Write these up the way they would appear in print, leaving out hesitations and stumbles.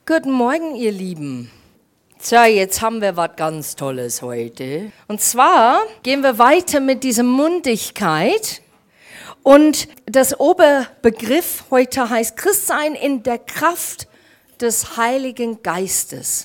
Guten Morgen, ihr Lieben. Tja, jetzt haben wir was ganz Tolles heute. Und zwar gehen wir weiter mit dieser Mündigkeit. Und das Oberbegriff heute heißt Christsein in der Kraft des Heiligen Geistes.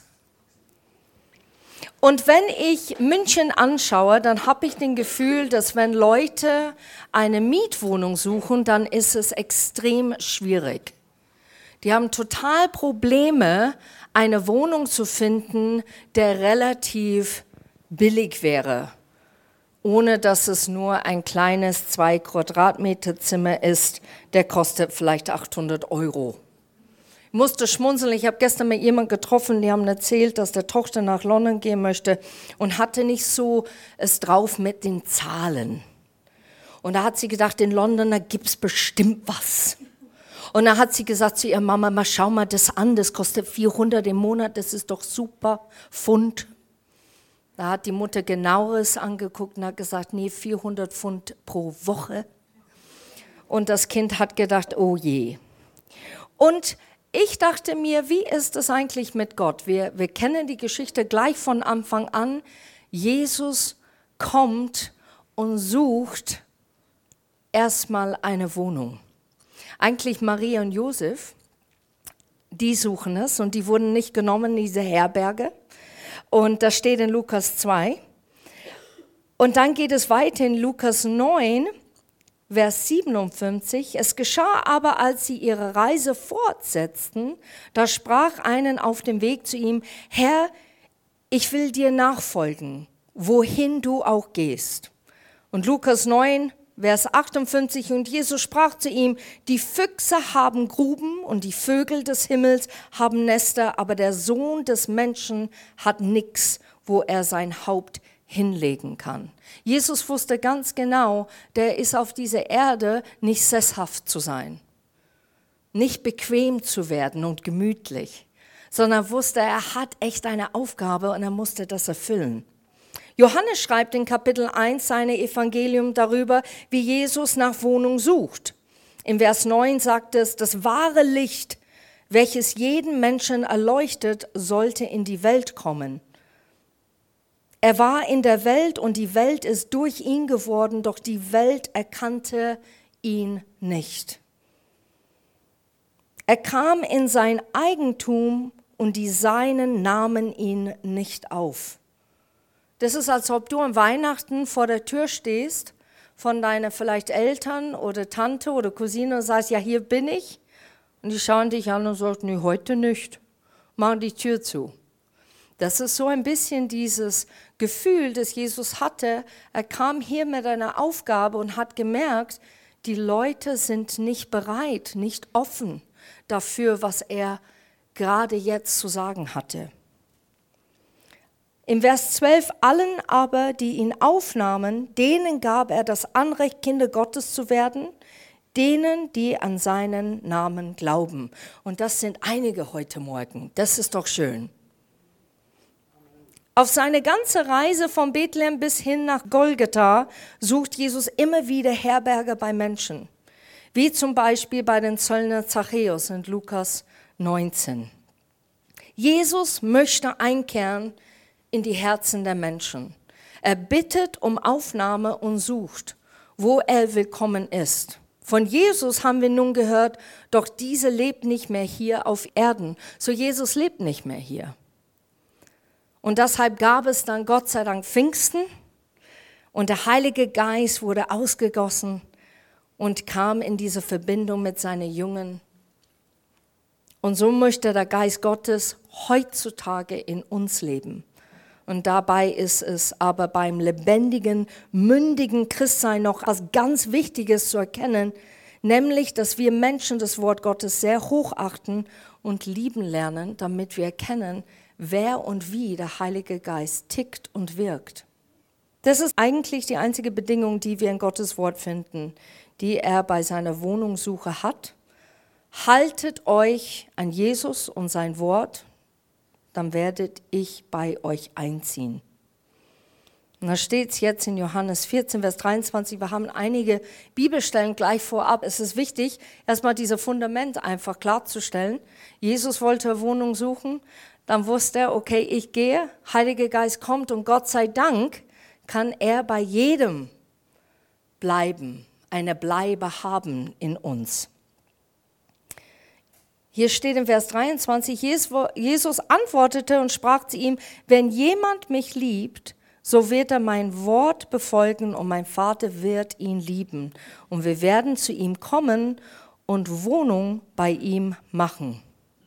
Und wenn ich München anschaue, dann habe ich das Gefühl, dass wenn Leute eine Mietwohnung suchen, dann ist es extrem schwierig. Die haben total Probleme, eine Wohnung zu finden, der relativ billig wäre, ohne dass es nur ein kleines 2 Quadratmeter Zimmer ist, der kostet vielleicht 800 €. Ich musste schmunzeln, ich habe gestern mit jemandem getroffen, die haben erzählt, dass der Tochter nach London gehen möchte und hatte nicht so es drauf mit den Zahlen. Und da hat sie gedacht, in London, da gibt es bestimmt was. Und dann hat sie gesagt zu ihrer Mama, schau mal das an, das kostet 400 im Monat, das ist doch super, Pfund. Da hat die Mutter genaueres angeguckt und hat gesagt, nee, 400 Pfund pro Woche. Und das Kind hat gedacht, oh je. Und ich dachte mir, wie ist es eigentlich mit Gott? Wir kennen die Geschichte gleich von Anfang an. Jesus kommt und sucht erstmal eine Wohnung. Eigentlich Maria und Josef, die suchen es und die wurden nicht genommen in diese Herberge. Und das steht in Lukas 2. Und dann geht es weiter in Lukas 9, Vers 57. Es geschah aber, als sie ihre Reise fortsetzten, da sprach einen auf dem Weg zu ihm, Herr, ich will dir nachfolgen, wohin du auch gehst. Und Lukas 9, Vers 58, und Jesus sprach zu ihm, die Füchse haben Gruben und die Vögel des Himmels haben Nester, aber der Sohn des Menschen hat nichts, wo er sein Haupt hinlegen kann. Jesus wusste ganz genau, der ist auf dieser Erde nicht sesshaft zu sein, nicht bequem zu werden und gemütlich, sondern wusste, er hat echt eine Aufgabe und er musste das erfüllen. Johannes schreibt in Kapitel 1 seine Evangelium darüber, wie Jesus nach Wohnung sucht. Im Vers 9 sagt es, das wahre Licht, welches jeden Menschen erleuchtet, sollte in die Welt kommen. Er war in der Welt und die Welt ist durch ihn geworden, doch die Welt erkannte ihn nicht. Er kam in sein Eigentum und die Seinen nahmen ihn nicht auf. Das ist, als ob du an Weihnachten vor der Tür stehst, von deinen vielleicht Eltern oder Tante oder Cousine und sagst, ja, hier bin ich. Und die schauen dich an und sagen, nee, heute nicht. Machen die Tür zu. Das ist so ein bisschen dieses Gefühl, das Jesus hatte. Er kam hier mit einer Aufgabe und hat gemerkt, die Leute sind nicht bereit, nicht offen dafür, was er gerade jetzt zu sagen hatte. Im Vers 12, allen aber, die ihn aufnahmen, denen gab er das Anrecht, Kinder Gottes zu werden, denen, die an seinen Namen glauben. Und das sind einige heute Morgen. Das ist doch schön. Auf seine ganze Reise von Bethlehem bis hin nach Golgatha sucht Jesus immer wieder Herberge bei Menschen, wie zum Beispiel bei den Zöllner Zachäus in Lukas 19. Jesus möchte einkehren in die Herzen der Menschen. Er bittet um Aufnahme und sucht, wo er willkommen ist. Von Jesus haben wir nun gehört, doch dieser lebt nicht mehr hier auf Erden. So Jesus lebt nicht mehr hier. Und deshalb gab es dann Gott sei Dank Pfingsten und der Heilige Geist wurde ausgegossen und kam in diese Verbindung mit seinen Jungen. Und so möchte der Geist Gottes heutzutage in uns leben. Und dabei ist es aber beim lebendigen, mündigen Christsein noch etwas ganz Wichtiges zu erkennen, nämlich, dass wir Menschen das Wort Gottes sehr hochachten und lieben lernen, damit wir erkennen, wer und wie der Heilige Geist tickt und wirkt. Das ist eigentlich die einzige Bedingung, die wir in Gottes Wort finden, die er bei seiner Wohnungssuche hat. Haltet euch an Jesus und sein Wort, dann werdet ich bei euch einziehen. Und da steht es jetzt in Johannes 14, Vers 23. Wir haben einige Bibelstellen gleich vorab. Es ist wichtig, erstmal dieses Fundament einfach klarzustellen. Jesus wollte eine Wohnung suchen. Dann wusste er, okay, ich gehe, Heiliger Geist kommt und Gott sei Dank kann er bei jedem bleiben, eine Bleibe haben in uns. Hier steht in Vers 23, Jesus antwortete und sprach zu ihm, wenn jemand mich liebt, so wird er mein Wort befolgen und mein Vater wird ihn lieben. Und wir werden zu ihm kommen und Wohnung bei ihm machen.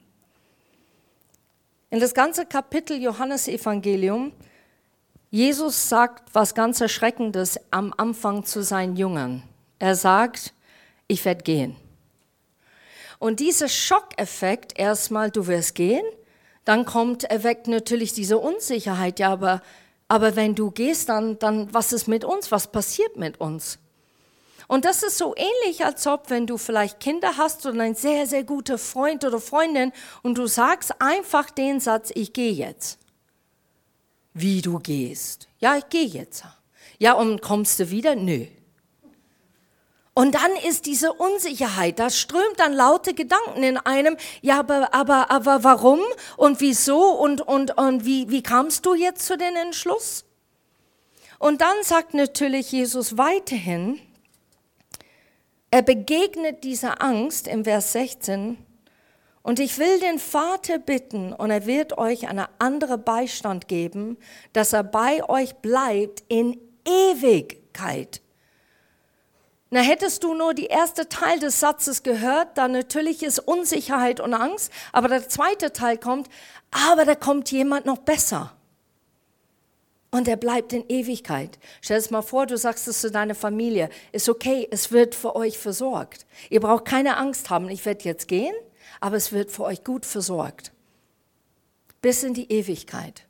In das ganze Kapitel Johannesevangelium, Jesus sagt was ganz Erschreckendes am Anfang zu seinen Jüngern. Er sagt, ich werde gehen. Und dieser Schockeffekt erstmal, du wirst gehen, dann erweckt natürlich diese Unsicherheit, ja, aber wenn du gehst, dann was ist mit uns? Was passiert mit uns? Und das ist so ähnlich, als ob, wenn du vielleicht Kinder hast und ein sehr, sehr guter Freund oder Freundin und du sagst einfach den Satz, ich gehe jetzt. Wie du gehst? Ja, ich gehe jetzt. Ja, und kommst du wieder? Nö. Und dann ist diese Unsicherheit, da strömt dann laute Gedanken in einem, ja, aber warum und wieso und wie kamst du jetzt zu dem Entschluss? Und dann sagt natürlich Jesus weiterhin, er begegnet dieser Angst im Vers 16, und ich will den Vater bitten und er wird euch einen anderen Beistand geben, dass er bei euch bleibt in Ewigkeit. Na, hättest du nur die erste Teil des Satzes gehört, dann natürlich ist Unsicherheit und Angst, aber der zweite Teil kommt, aber da kommt jemand noch besser. Und er bleibt in Ewigkeit. Stell es mal vor, du sagst es zu deiner Familie, ist okay, es wird für euch versorgt. Ihr braucht keine Angst haben, ich werde jetzt gehen, aber es wird für euch gut versorgt. Bis in die Ewigkeit.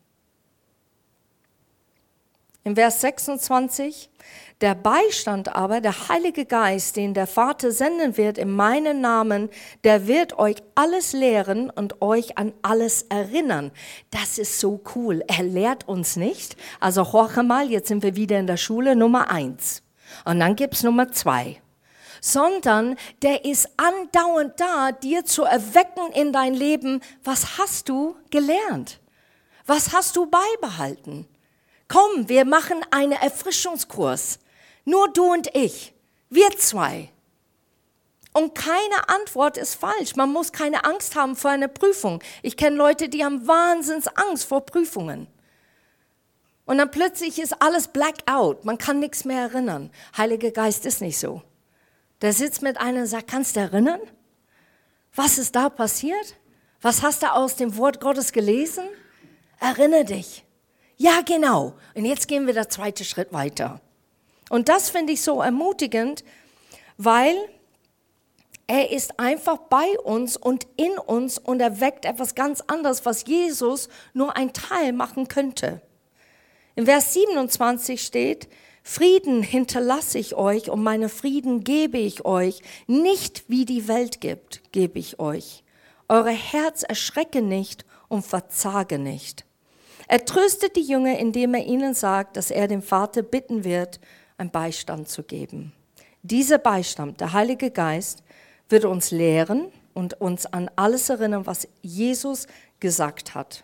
Im Vers 26, der Beistand aber, der Heilige Geist, den der Vater senden wird in meinen Namen, der wird euch alles lehren und euch an alles erinnern. Das ist so cool. Er lehrt uns nicht. Also horche mal, jetzt sind wir wieder in der Schule, Nummer 1. Und dann gibt's Nummer 2. Sondern der ist andauernd da, dir zu erwecken in dein Leben. Was hast du gelernt? Was hast du beibehalten? Komm, wir machen einen Erfrischungskurs. Nur du und ich. Wir zwei. Und keine Antwort ist falsch. Man muss keine Angst haben vor einer Prüfung. Ich kenne Leute, die haben Wahnsinnsangst vor Prüfungen. Und dann plötzlich ist alles blackout. Man kann nichts mehr erinnern. Heiliger Geist ist nicht so. Der sitzt mit einem und sagt, kannst du erinnern? Was ist da passiert? Was hast du aus dem Wort Gottes gelesen? Erinnere dich. Ja, genau. Und jetzt gehen wir den zweiten Schritt weiter. Und das finde ich so ermutigend, weil er ist einfach bei uns und in uns und er weckt etwas ganz anderes, was Jesus nur ein Teil machen könnte. Im Vers 27 steht, Frieden hinterlasse ich euch und meine Frieden gebe ich euch, nicht wie die Welt gibt, gebe ich euch. Eure Herz erschrecke nicht und verzage nicht. Er tröstet die Jünger, indem er ihnen sagt, dass er den Vater bitten wird, einen Beistand zu geben. Dieser Beistand, der Heilige Geist, wird uns lehren und uns an alles erinnern, was Jesus gesagt hat.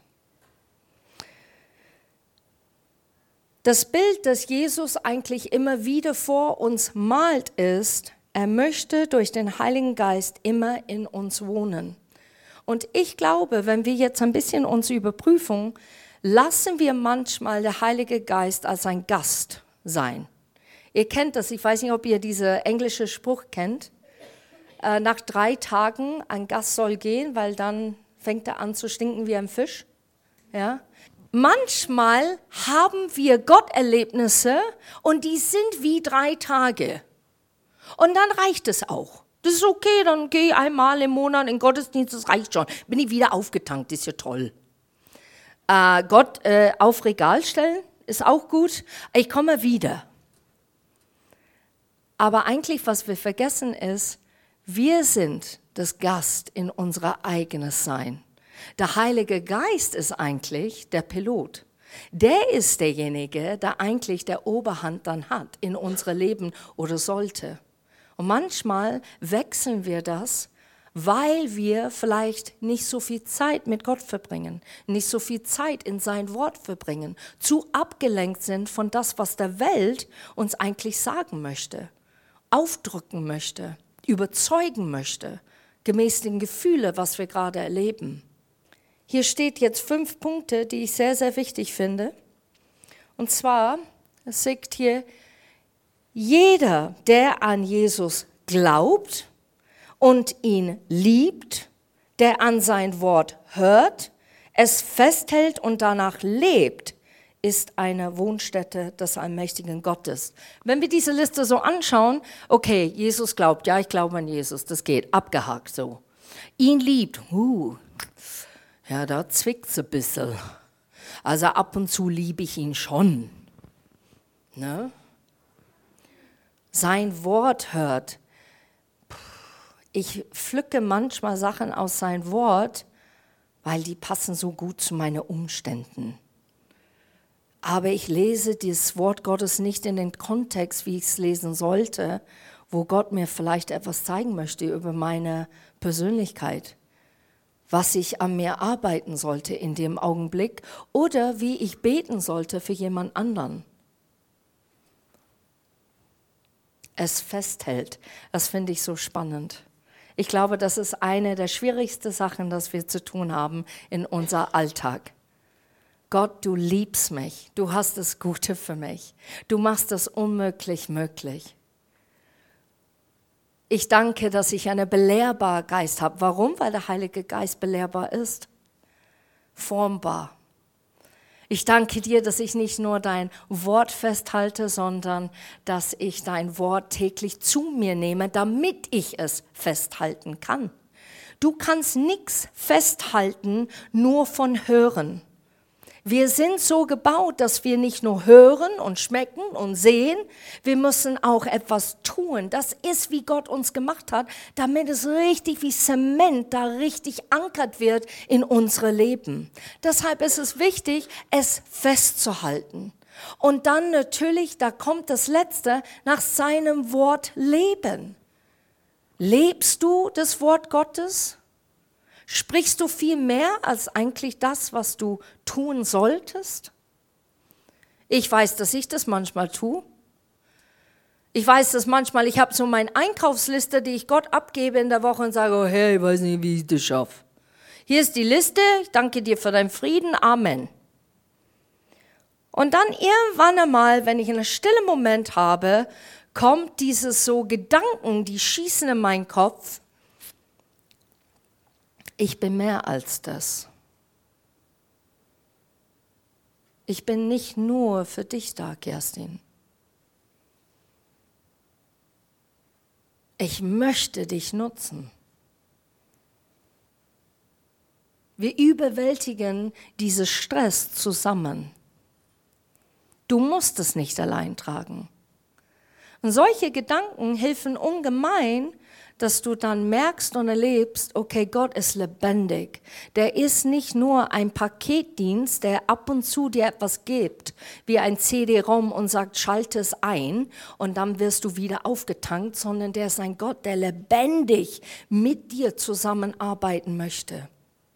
Das Bild, das Jesus eigentlich immer wieder vor uns malt, ist, er möchte durch den Heiligen Geist immer in uns wohnen. Und ich glaube, wenn wir jetzt ein bisschen uns überprüfen, lassen wir manchmal der Heilige Geist als ein Gast sein. Ihr kennt das, ich weiß nicht, ob ihr diesen englischen Spruch kennt. Nach 3 Tagen, ein Gast soll gehen, weil dann fängt er an zu stinken wie ein Fisch. Ja? Manchmal haben wir Gotterlebnisse und die sind wie 3 Tage. Und dann reicht es auch. Das ist okay, dann gehe ich einmal im Monat in den Gottesdienst, das reicht schon. Bin ich wieder aufgetankt, das ist ja toll. Gott auf Regal stellen, ist auch gut. Ich komme wieder. Aber eigentlich, was wir vergessen ist, wir sind das Gast in unser eigenes Sein. Der Heilige Geist ist eigentlich der Pilot. Der ist derjenige, der eigentlich der Oberhand dann hat in unserem Leben oder sollte. Und manchmal wechseln wir das, weil wir vielleicht nicht so viel Zeit mit Gott verbringen, nicht so viel Zeit in sein Wort verbringen, zu abgelenkt sind von das, was der Welt uns eigentlich sagen möchte, aufdrücken möchte, überzeugen möchte, gemäß den Gefühlen, was wir gerade erleben. Hier steht jetzt 5 Punkte, die ich sehr, sehr wichtig finde. Und zwar, es sagt hier, jeder, der an Jesus glaubt und ihn liebt, der an sein Wort hört, es festhält und danach lebt, ist eine Wohnstätte des allmächtigen Gottes. Wenn wir diese Liste so anschauen, okay, Jesus glaubt, ja, ich glaube an Jesus, das geht, abgehakt so. Ihn liebt, ja, da zwickt's ein bisschen. Also ab und zu liebe ich ihn schon. Ne? Sein Wort hört. Ich pflücke manchmal Sachen aus seinem Wort, weil die passen so gut zu meinen Umständen. Aber ich lese das Wort Gottes nicht in den Kontext, wie ich es lesen sollte, wo Gott mir vielleicht etwas zeigen möchte über meine Persönlichkeit, was ich an mir arbeiten sollte in dem Augenblick oder wie ich beten sollte für jemand anderen. Es festhält, das finde ich so spannend. Ich glaube, das ist eine der schwierigsten Sachen, das wir zu tun haben in unserem Alltag. Gott, du liebst mich, du hast das Gute für mich, du machst das unmöglich möglich. Ich danke, dass ich einen belehrbaren Geist habe. Warum? Weil der Heilige Geist belehrbar ist, formbar. Ich danke dir, dass ich nicht nur dein Wort festhalte, sondern dass ich dein Wort täglich zu mir nehme, damit ich es festhalten kann. Du kannst nichts festhalten, nur von Hören. Wir sind so gebaut, dass wir nicht nur hören und schmecken und sehen, wir müssen auch etwas tun. Das ist, wie Gott uns gemacht hat, damit es richtig wie Zement da richtig ankert wird in unsere Leben. Deshalb ist es wichtig, es festzuhalten. Und dann natürlich, da kommt das Letzte, nach seinem Wort leben. Lebst du das Wort Gottes? Sprichst du viel mehr als eigentlich das, was du tun solltest? Ich weiß, dass ich das manchmal tue. Ich weiß, dass manchmal, ich habe so meine Einkaufsliste, die ich Gott abgebe in der Woche und sage, oh Herr, ich weiß nicht, wie ich das schaffe. Hier ist die Liste, ich danke dir für deinen Frieden, Amen. Und dann irgendwann einmal, wenn ich einen stillen Moment habe, kommt dieses so Gedanken, die schießen in meinen Kopf. Ich bin mehr als das. Ich bin nicht nur für dich da, Kerstin. Ich möchte dich nutzen. Wir überwältigen diesen Stress zusammen. Du musst es nicht allein tragen. Und solche Gedanken helfen ungemein, dass du dann merkst und erlebst, okay, Gott ist lebendig. Der ist nicht nur ein Paketdienst, der ab und zu dir etwas gibt, wie ein CD-ROM und sagt, schalte es ein und dann wirst du wieder aufgetankt, sondern der ist ein Gott, der lebendig mit dir zusammenarbeiten möchte.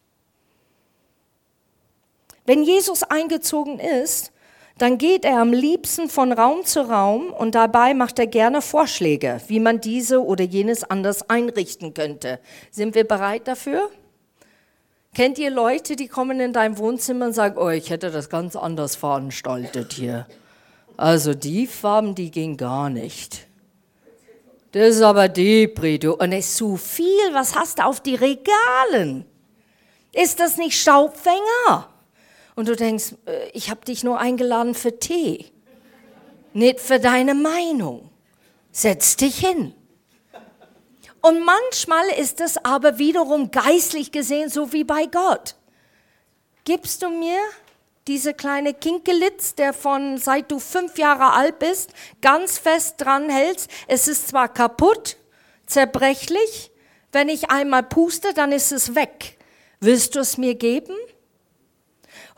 Wenn Jesus eingezogen ist, dann geht er am liebsten von Raum zu Raum und dabei macht er gerne Vorschläge, wie man diese oder jenes anders einrichten könnte. Sind wir bereit dafür? Kennt ihr Leute, die kommen in dein Wohnzimmer und sagen, oh, ich hätte das ganz anders veranstaltet hier. Also die Farben, die gehen gar nicht. Das ist aber Depri, du. Und es ist zu viel, was hast du auf die Regalen? Ist das nicht Staubfänger? Und du denkst, ich habe dich nur eingeladen für Tee, nicht für deine Meinung. Setz dich hin. Und manchmal ist es aber wiederum geistlich gesehen so wie bei Gott. Gibst du mir diese kleine Kinkelitz, der seit du 5 Jahre alt bist, ganz fest dran hältst? Es ist zwar kaputt, zerbrechlich, wenn ich einmal puste, dann ist es weg. Willst du es mir geben?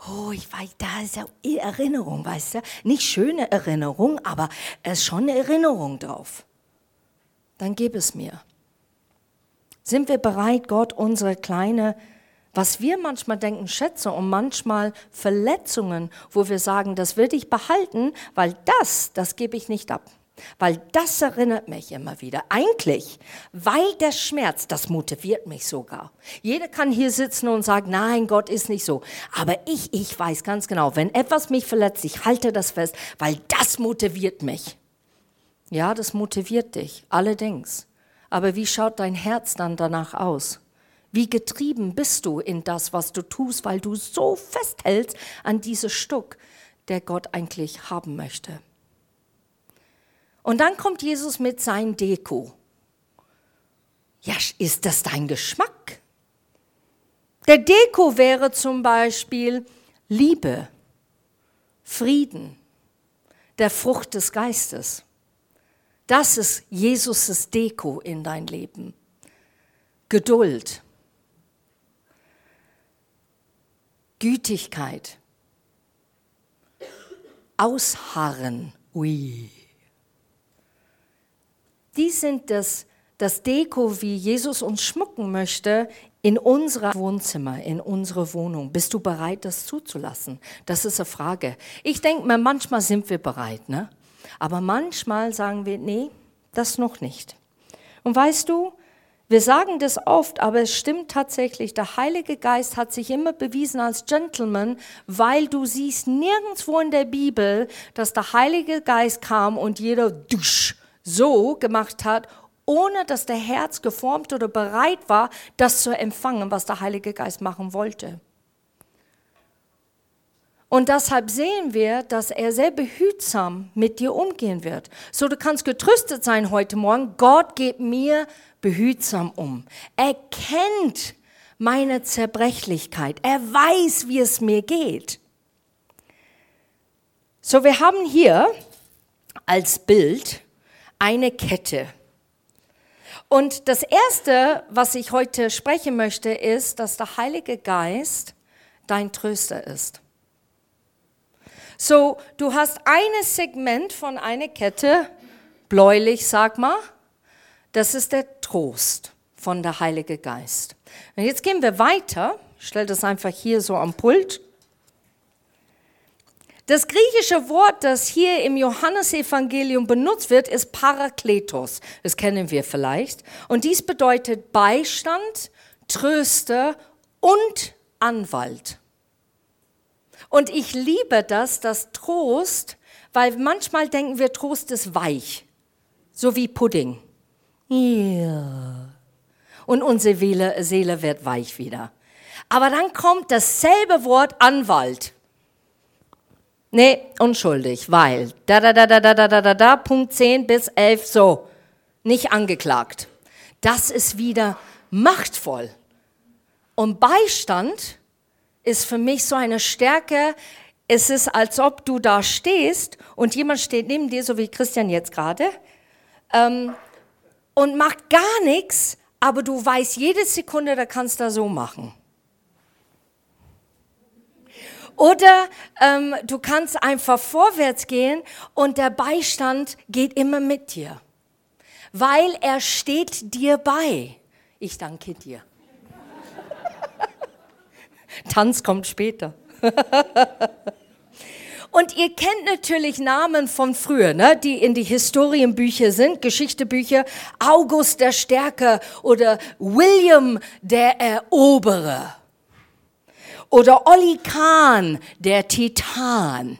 oh, ich weiß, da ist ja Erinnerung, weißt du? Nicht schöne Erinnerung, aber es ist schon eine Erinnerung drauf. Dann gib es mir. Sind wir bereit, Gott unsere kleine, was wir manchmal denken, Schätze und manchmal Verletzungen, wo wir sagen, das will ich behalten, weil das gebe ich nicht ab. Weil das erinnert mich immer wieder. Eigentlich, weil der Schmerz, das motiviert mich sogar. Jeder kann hier sitzen und sagen, nein, Gott ist nicht so. Aber ich weiß ganz genau, wenn etwas mich verletzt, ich halte das fest, weil das motiviert mich. Ja, das motiviert dich, allerdings. Aber wie schaut dein Herz dann danach aus? Wie getrieben bist du in das, was du tust, weil du so festhältst an dieses Stück, der Gott eigentlich haben möchte? Und dann kommt Jesus mit seinem Deko. Ja, ist das dein Geschmack? Der Deko wäre zum Beispiel Liebe, Frieden, der Frucht des Geistes. Das ist Jesus' Deko in dein Leben. Geduld, Gütigkeit, Ausharren, ui. Die sind das Deko, wie Jesus uns schmücken möchte in unser Wohnzimmer, in unsere Wohnung. Bist du bereit, das zuzulassen? Das ist eine Frage. Ich denke mir, manchmal sind wir bereit, ne? Aber manchmal sagen wir, nee, das noch nicht. Und weißt du, wir sagen das oft, aber es stimmt tatsächlich. Der Heilige Geist hat sich immer bewiesen als Gentleman, weil du siehst nirgendwo in der Bibel, dass der Heilige Geist kam und jeder dusch so gemacht hat, ohne dass der Herz geformt oder bereit war, das zu empfangen, was der Heilige Geist machen wollte. Und deshalb sehen wir, dass er sehr behutsam mit dir umgehen wird. So, du kannst getröstet sein heute Morgen, Gott geht mir behutsam um. Er kennt meine Zerbrechlichkeit. Er weiß, wie es mir geht. So, wir haben hier als Bild eine Kette. Und das Erste, was ich heute sprechen möchte, ist, dass der Heilige Geist dein Tröster ist. So, du hast ein Segment von einer Kette, bläulich, sag mal, das ist der Trost von der Heilige Geist. Und jetzt gehen wir weiter, ich stelle das einfach hier so am Pult. Das griechische Wort, das hier im Johannesevangelium benutzt wird, ist Parakletos. Das kennen wir vielleicht. Und dies bedeutet Beistand, Tröster und Anwalt. Und ich liebe das Trost, weil manchmal denken wir, Trost ist weich, so wie Pudding. Ja. Und unsere Seele wird weich wieder. Aber dann kommt dasselbe Wort Anwalt. Nee, unschuldig, weil Punkt 10 bis 11 so, nicht angeklagt. Das ist wieder machtvoll. Und Beistand ist für mich so eine Stärke, es ist, als ob du da stehst und jemand steht neben dir, so wie Christian jetzt gerade, und macht gar nichts, aber du weißt jede Sekunde, da kannst du so machen. Oder du kannst einfach vorwärts gehen und der Beistand geht immer mit dir, weil er steht dir bei. Ich danke dir. Tanz kommt später. Und ihr kennt natürlich Namen von früher, ne, die in die Historienbücher sind, Geschichtebücher, August der Stärke oder William der Eroberer. Oder Olli Kahn, der Titan.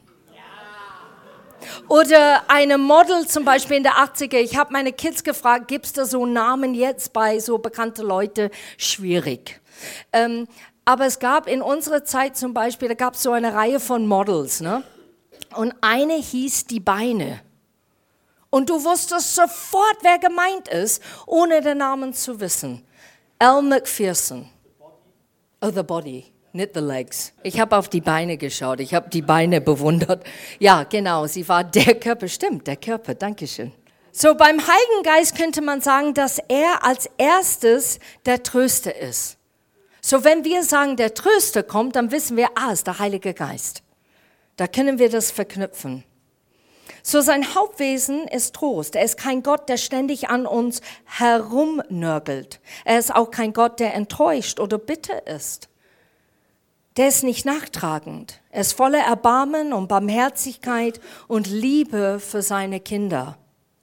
Oder eine Model zum Beispiel in der 80er. Ich habe meine Kids gefragt, gibt es da so Namen jetzt bei so bekannten Leuten? Schwierig. Aber es gab in unserer Zeit zum Beispiel, da gab es so eine Reihe von Models, ne? Und eine hieß Die Beine. Und du wusstest sofort, wer gemeint ist, ohne den Namen zu wissen. Elle Macpherson. Oh, The Body. Nicht the legs. Ich habe auf die Beine geschaut, ich habe die Beine bewundert. Ja, genau, sie war der Körper, stimmt, der Körper, Dankeschön. So, beim Heiligen Geist könnte man sagen, dass er als erstes der Tröster ist. So, wenn wir sagen, der Tröster kommt, dann wissen wir, ist der Heilige Geist. Da können wir das verknüpfen. So, sein Hauptwesen ist Trost. Er ist kein Gott, der ständig an uns herumnörgelt. Er ist auch kein Gott, der enttäuscht oder bitter ist. Der ist nicht nachtragend. Er ist voller Erbarmen und Barmherzigkeit und Liebe für seine Kinder.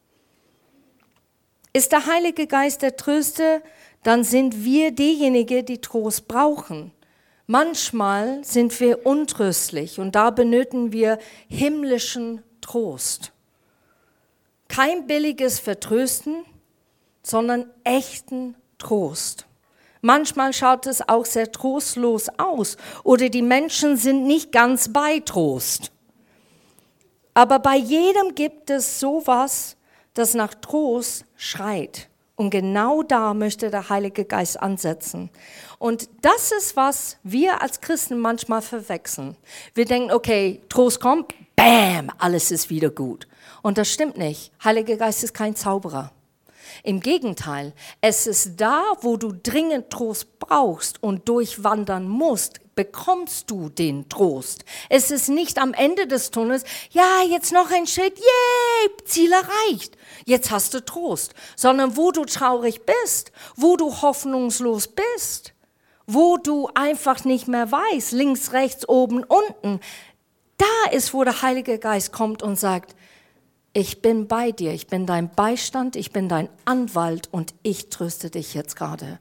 Ist der Heilige Geist der Tröster, dann sind wir diejenigen, die Trost brauchen. Manchmal sind wir untröstlich und da benötigen wir himmlischen Trost. Kein billiges Vertrösten, sondern echten Trost. Manchmal schaut es auch sehr trostlos aus oder die Menschen sind nicht ganz bei Trost. Aber bei jedem gibt es sowas, das nach Trost schreit. Und genau da möchte der Heilige Geist ansetzen. Und das ist, was wir als Christen manchmal verwechseln. Wir denken, okay, Trost kommt, bam, alles ist wieder gut. Und das stimmt nicht. Heiliger Geist ist kein Zauberer. Im Gegenteil, es ist da, wo du dringend Trost brauchst und durchwandern musst, bekommst du den Trost. Es ist nicht am Ende des Tunnels, ja, jetzt noch ein Schritt, yay, Ziel erreicht. Jetzt hast du Trost. Sondern wo du traurig bist, wo du hoffnungslos bist, wo du einfach nicht mehr weißt, links, rechts, oben, unten, da ist, wo der Heilige Geist kommt und sagt, ich bin bei dir, ich bin dein Beistand, ich bin dein Anwalt und ich tröste dich jetzt gerade.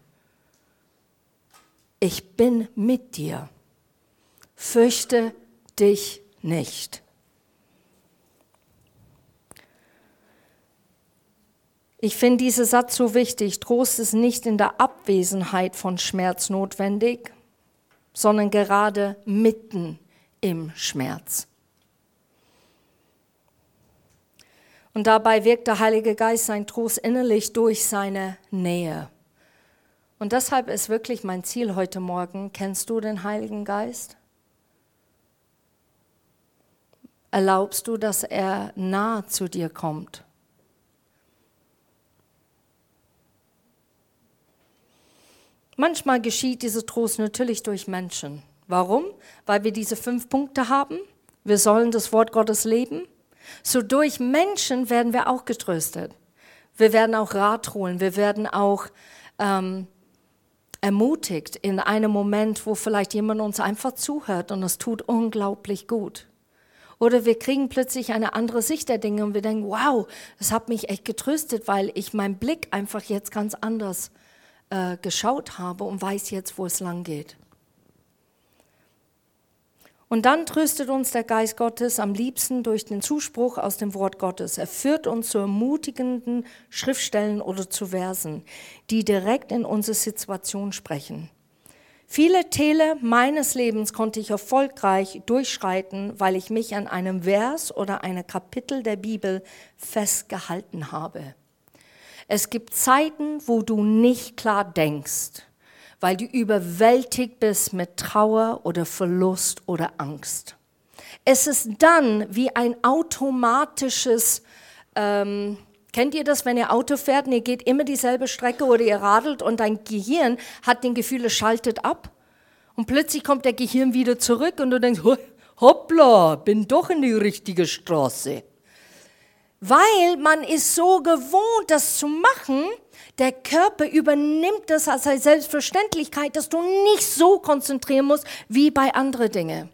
Ich bin mit dir. Fürchte dich nicht. Ich finde diesen Satz so wichtig. Trost ist nicht in der Abwesenheit von Schmerz notwendig, sondern gerade mitten im Schmerz. Und dabei wirkt der Heilige Geist sein Trost innerlich durch seine Nähe. Und deshalb ist wirklich mein Ziel heute Morgen, kennst du den Heiligen Geist? Erlaubst du, dass er nah zu dir kommt? Manchmal geschieht dieser Trost natürlich durch Menschen. Warum? Weil wir diese 5 Punkte haben. Wir sollen das Wort Gottes leben. So durch Menschen werden wir auch getröstet. Wir werden auch Rat holen. Wir werden auch ermutigt in einem Moment, wo vielleicht jemand uns einfach zuhört und es tut unglaublich gut. Oder wir kriegen plötzlich eine andere Sicht der Dinge und wir denken, wow, das hat mich echt getröstet, weil ich meinen Blick einfach jetzt ganz anders geschaut habe und weiß jetzt, wo es lang geht. Und dann tröstet uns der Geist Gottes am liebsten durch den Zuspruch aus dem Wort Gottes. Er führt uns zu ermutigenden Schriftstellen oder zu Versen, die direkt in unsere Situation sprechen. Viele Täler meines Lebens konnte ich erfolgreich durchschreiten, weil ich mich an einem Vers oder einem Kapitel der Bibel festgehalten habe. Es gibt Zeiten, wo du nicht klar denkst, weil du überwältigt bist mit Trauer oder Verlust oder Angst. Es ist dann wie ein automatisches, kennt ihr das, wenn ihr Auto fährt und ihr geht immer dieselbe Strecke oder ihr radelt und dein Gehirn hat den Gefühl, es schaltet ab und plötzlich kommt der Gehirn wieder zurück und du denkst, hoppla, bin doch in die richtige Straße. Weil man ist so gewohnt, das zu machen, der Körper übernimmt das als eine Selbstverständlichkeit, dass du nicht so konzentrieren musst wie bei anderen Dingen.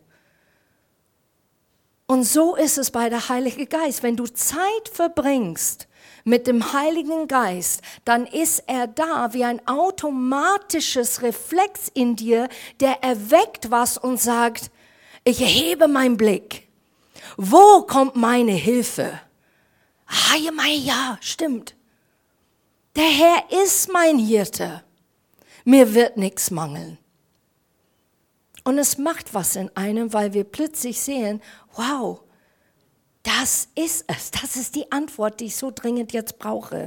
Und so ist es bei der Heilige Geist. Wenn du Zeit verbringst mit dem Heiligen Geist, dann ist er da wie ein automatisches Reflex in dir, der erweckt was und sagt, ich erhebe meinen Blick. Wo kommt meine Hilfe? Ja, stimmt. Der Herr ist mein Hirte. Mir wird nichts mangeln. Und es macht was in einem, weil wir plötzlich sehen, wow, das ist es. Das ist die Antwort, die ich so dringend jetzt brauche.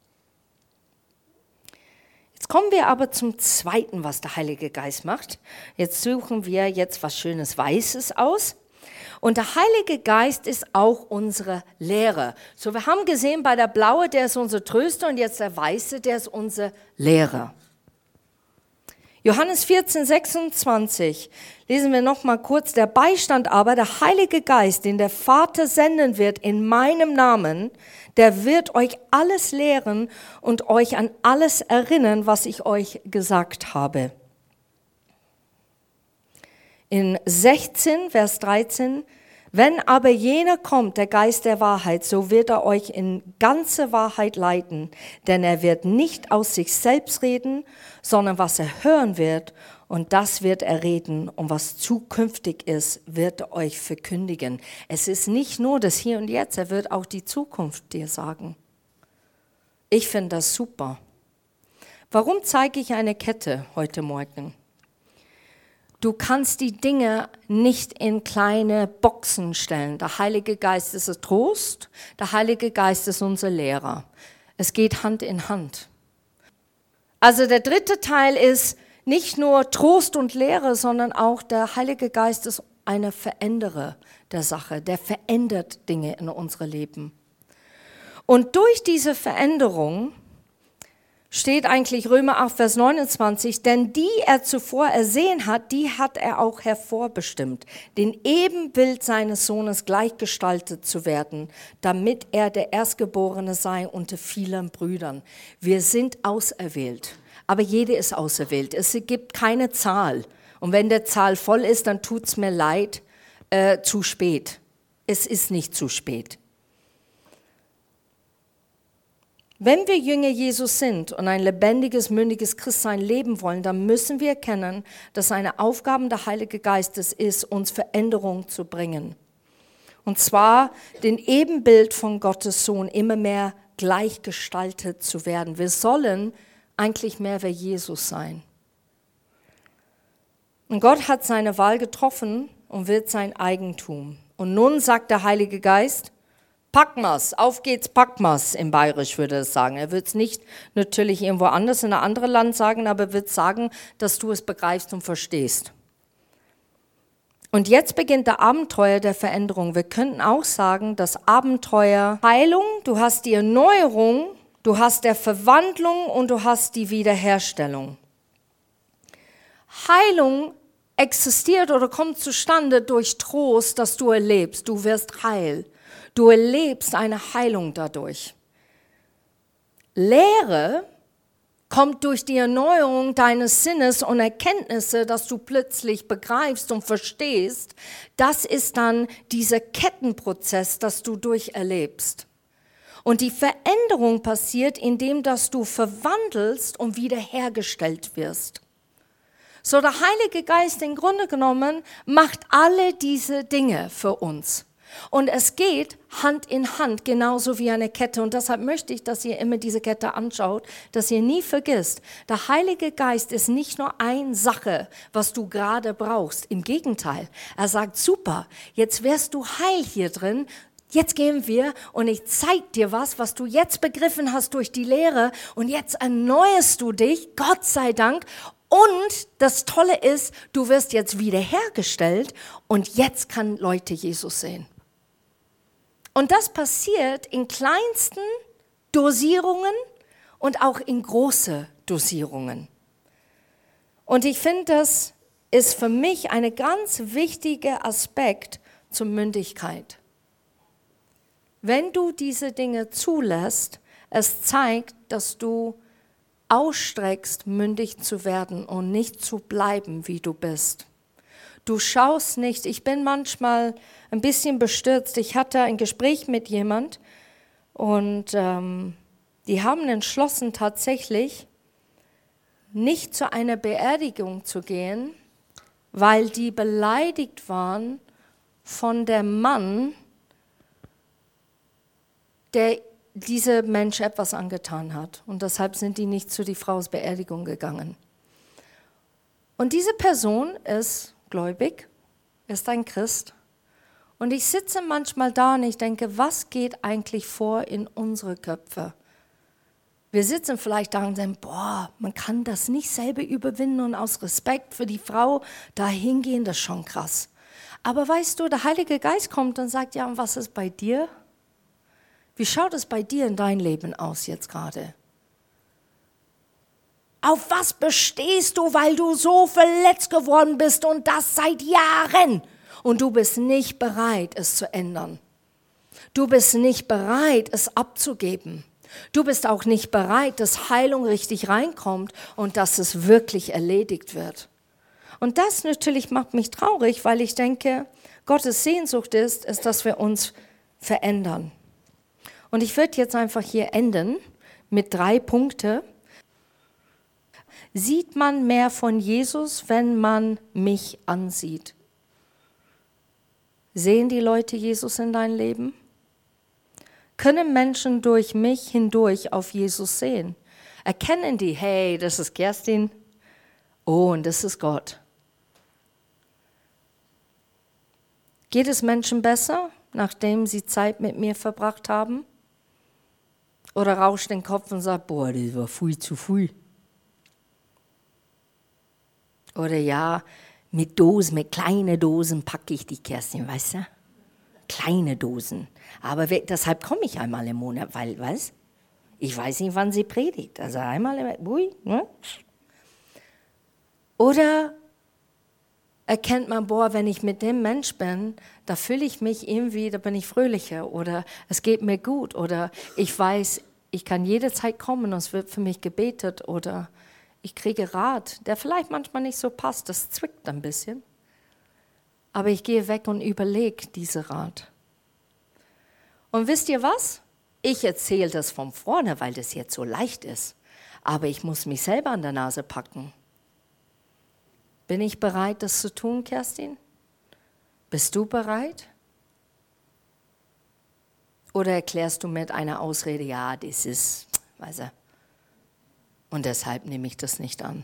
Jetzt kommen wir aber zum Zweiten, was der Heilige Geist macht. Jetzt suchen wir jetzt was Schönes Weißes aus. Und der Heilige Geist ist auch unsere Lehrer. So, wir haben gesehen, bei der Blaue, der ist unser Tröster und jetzt der Weiße, der ist unser Lehrer. Johannes 14, 26, lesen wir noch mal kurz. Der Beistand aber, der Heilige Geist, den der Vater senden wird in meinem Namen, der wird euch alles lehren und euch an alles erinnern, was ich euch gesagt habe. In 16, Vers 13, wenn aber jener kommt, der Geist der Wahrheit, so wird er euch in ganze Wahrheit leiten, denn er wird nicht aus sich selbst reden, sondern was er hören wird, und das wird er reden, und was zukünftig ist, wird er euch verkündigen. Es ist nicht nur das Hier und Jetzt, er wird auch die Zukunft dir sagen. Ich finde das super. Warum zeige ich eine Kette heute Morgen? Du kannst die Dinge nicht in kleine Boxen stellen. Der Heilige Geist ist der Trost, der Heilige Geist ist unser Lehrer. Es geht Hand in Hand. Also der dritte Teil ist nicht nur Trost und Lehre, sondern auch der Heilige Geist ist eine Veränderer der Sache. Der verändert Dinge in unserem Leben. Und durch diese Veränderung steht eigentlich Römer 8, Vers 29, denn die er zuvor ersehen hat, die hat er auch hervorbestimmt, den Ebenbild seines Sohnes gleichgestaltet zu werden, damit er der Erstgeborene sei unter vielen Brüdern. Wir sind auserwählt, aber jeder ist auserwählt. Es gibt keine Zahl. Und wenn der Zahl voll ist, dann tut es mir leid, zu spät. Es ist nicht zu spät. Wenn wir Jünger Jesus sind und ein lebendiges, mündiges Christsein leben wollen, dann müssen wir erkennen, dass eine Aufgabe des Heiligen Geistes ist, uns Veränderung zu bringen. Und zwar den Ebenbild von Gottes Sohn immer mehr gleichgestaltet zu werden. Wir sollen eigentlich mehr wie Jesus sein. Und Gott hat seine Wahl getroffen und wird sein Eigentum. Und nun sagt der Heilige Geist, Packmas, auf geht's, Packmas, im Bayerisch würde es sagen. Er wird es nicht natürlich irgendwo anders in einem anderen Land sagen, aber er wird sagen, dass du es begreifst und verstehst. Und jetzt beginnt der Abenteuer der Veränderung. Wir könnten auch sagen, das Abenteuer Heilung, du hast die Erneuerung, du hast der Verwandlung und du hast die Wiederherstellung. Heilung existiert oder kommt zustande durch Trost, dass du erlebst. Du wirst heil. Du erlebst eine Heilung dadurch. Lehre kommt durch die Erneuerung deines Sinnes und Erkenntnisse, dass du plötzlich begreifst und verstehst. Das ist dann dieser Kettenprozess, das du durcherlebst. Und die Veränderung passiert, indem dass du verwandelst und wiederhergestellt wirst. So, der Heilige Geist im Grunde genommen macht alle diese Dinge für uns. Und es geht Hand in Hand, genauso wie eine Kette. Und deshalb möchte ich, dass ihr immer diese Kette anschaut, dass ihr nie vergisst, der Heilige Geist ist nicht nur eine Sache, was du gerade brauchst. Im Gegenteil, er sagt, super, jetzt wärst du heil hier drin. Jetzt gehen wir und ich zeige dir was du jetzt begriffen hast durch die Lehre. Und jetzt erneuerst du dich, Gott sei Dank. Und das Tolle ist, du wirst jetzt wiederhergestellt und jetzt kann Leute Jesus sehen. Und das passiert in kleinsten Dosierungen und auch in große Dosierungen. Und ich finde, das ist für mich ein ganz wichtiger Aspekt zur Mündigkeit. Wenn du diese Dinge zulässt, es zeigt, dass du ausstreckst, mündig zu werden und nicht zu bleiben, wie du bist. Du schaust nicht, ich bin manchmal ein bisschen bestürzt. Ich hatte ein Gespräch mit jemand und die haben entschlossen, tatsächlich nicht zu einer Beerdigung zu gehen, weil die beleidigt waren von dem Mann, der dieser Mensch etwas angetan hat. Und deshalb sind die nicht zu die Frau's Beerdigung gegangen. Und diese Person ist gläubig, ist ein Christ. Und ich sitze manchmal da und ich denke, was geht eigentlich vor in unsere Köpfe? Wir sitzen vielleicht da und denken, boah, man kann das nicht selber überwinden und aus Respekt für die Frau da hingehen, das ist schon krass. Aber weißt du, der Heilige Geist kommt und sagt, ja, und was ist bei dir? Wie schaut es bei dir in deinem Leben aus jetzt gerade? Auf was bestehst du, weil du so verletzt geworden bist und das seit Jahren? Und du bist nicht bereit, es zu ändern. Du bist nicht bereit, es abzugeben. Du bist auch nicht bereit, dass Heilung richtig reinkommt und dass es wirklich erledigt wird. Und das natürlich macht mich traurig, weil ich denke, Gottes Sehnsucht ist, dass wir uns verändern. Und ich würde jetzt einfach hier enden mit 3 Punkten. Sieht man mehr von Jesus, wenn man mich ansieht? Sehen die Leute Jesus in dein Leben? Können Menschen durch mich hindurch auf Jesus sehen? Erkennen die, hey, das ist Kerstin, oh, und das ist Gott. Geht es Menschen besser, nachdem sie Zeit mit mir verbracht haben? Oder rauscht den Kopf und sagt, boah, das war viel zu viel. Oder ja, mit kleinen Dosen packe ich die Kerstin, weißt du? Kleine Dosen. Aber deshalb komme ich einmal im Monat, weil, was? Ich weiß nicht, wann sie predigt. Also einmal im Monat, ne? Oder erkennt man, boah, wenn ich mit dem Mensch bin, da fühle ich mich irgendwie, da bin ich fröhlicher. Oder es geht mir gut. Oder ich weiß, ich kann jederzeit kommen und es wird für mich gebetet. Oder ich kriege Rat, der vielleicht manchmal nicht so passt. Das zwickt ein bisschen. Aber ich gehe weg und überlege diesen Rat. Und wisst ihr was? Ich erzähle das von vorne, weil das jetzt so leicht ist. Aber ich muss mich selber an der Nase packen. Bin ich bereit, das zu tun, Kerstin? Bist du bereit? Oder erklärst du mit einer Ausrede, ja, das ist, weißt du, und deshalb nehme ich das nicht an.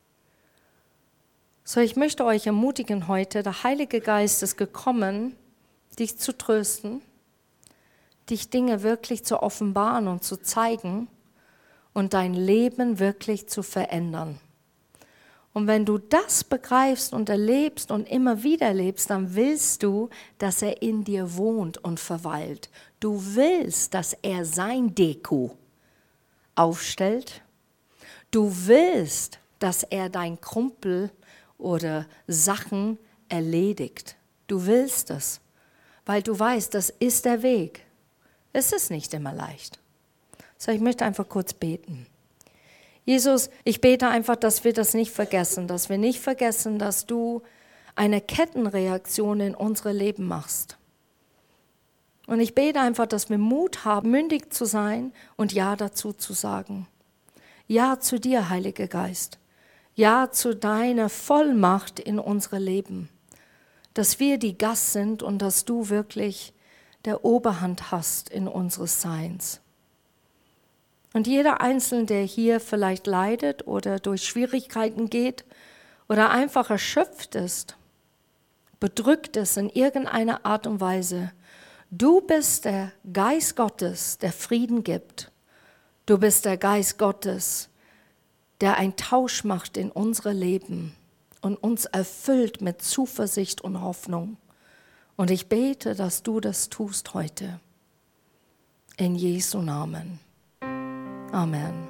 So, ich möchte euch ermutigen heute, der Heilige Geist ist gekommen, dich zu trösten, dich Dinge wirklich zu offenbaren und zu zeigen und dein Leben wirklich zu verändern. Und wenn du das begreifst und erlebst und immer wieder erlebst, dann willst du, dass er in dir wohnt und verweilt. Du willst, dass er sein Deko aufstellt. Du willst, dass er dein Krümpel oder Sachen erledigt. Du willst es, weil du weißt, das ist der Weg. Es ist nicht immer leicht. So, ich möchte einfach kurz beten. Jesus, ich bete einfach, dass wir das nicht vergessen, dass wir nicht vergessen, dass du eine Kettenreaktion in unsere Leben machst. Und ich bete einfach, dass wir Mut haben, mündig zu sein und Ja dazu zu sagen. Ja zu dir, Heiliger Geist. Ja zu deiner Vollmacht in unsere Leben. Dass wir die Gast sind und dass du wirklich der Oberhand hast in unseres Seins. Und jeder Einzelne, der hier vielleicht leidet oder durch Schwierigkeiten geht oder einfach erschöpft ist, bedrückt ist in irgendeiner Art und Weise, du bist der Geist Gottes, der Frieden gibt. Du bist der Geist Gottes, der einen Tausch macht in unsere Leben und uns erfüllt mit Zuversicht und Hoffnung. Und ich bete, dass du das tust heute. In Jesu Namen. Amen.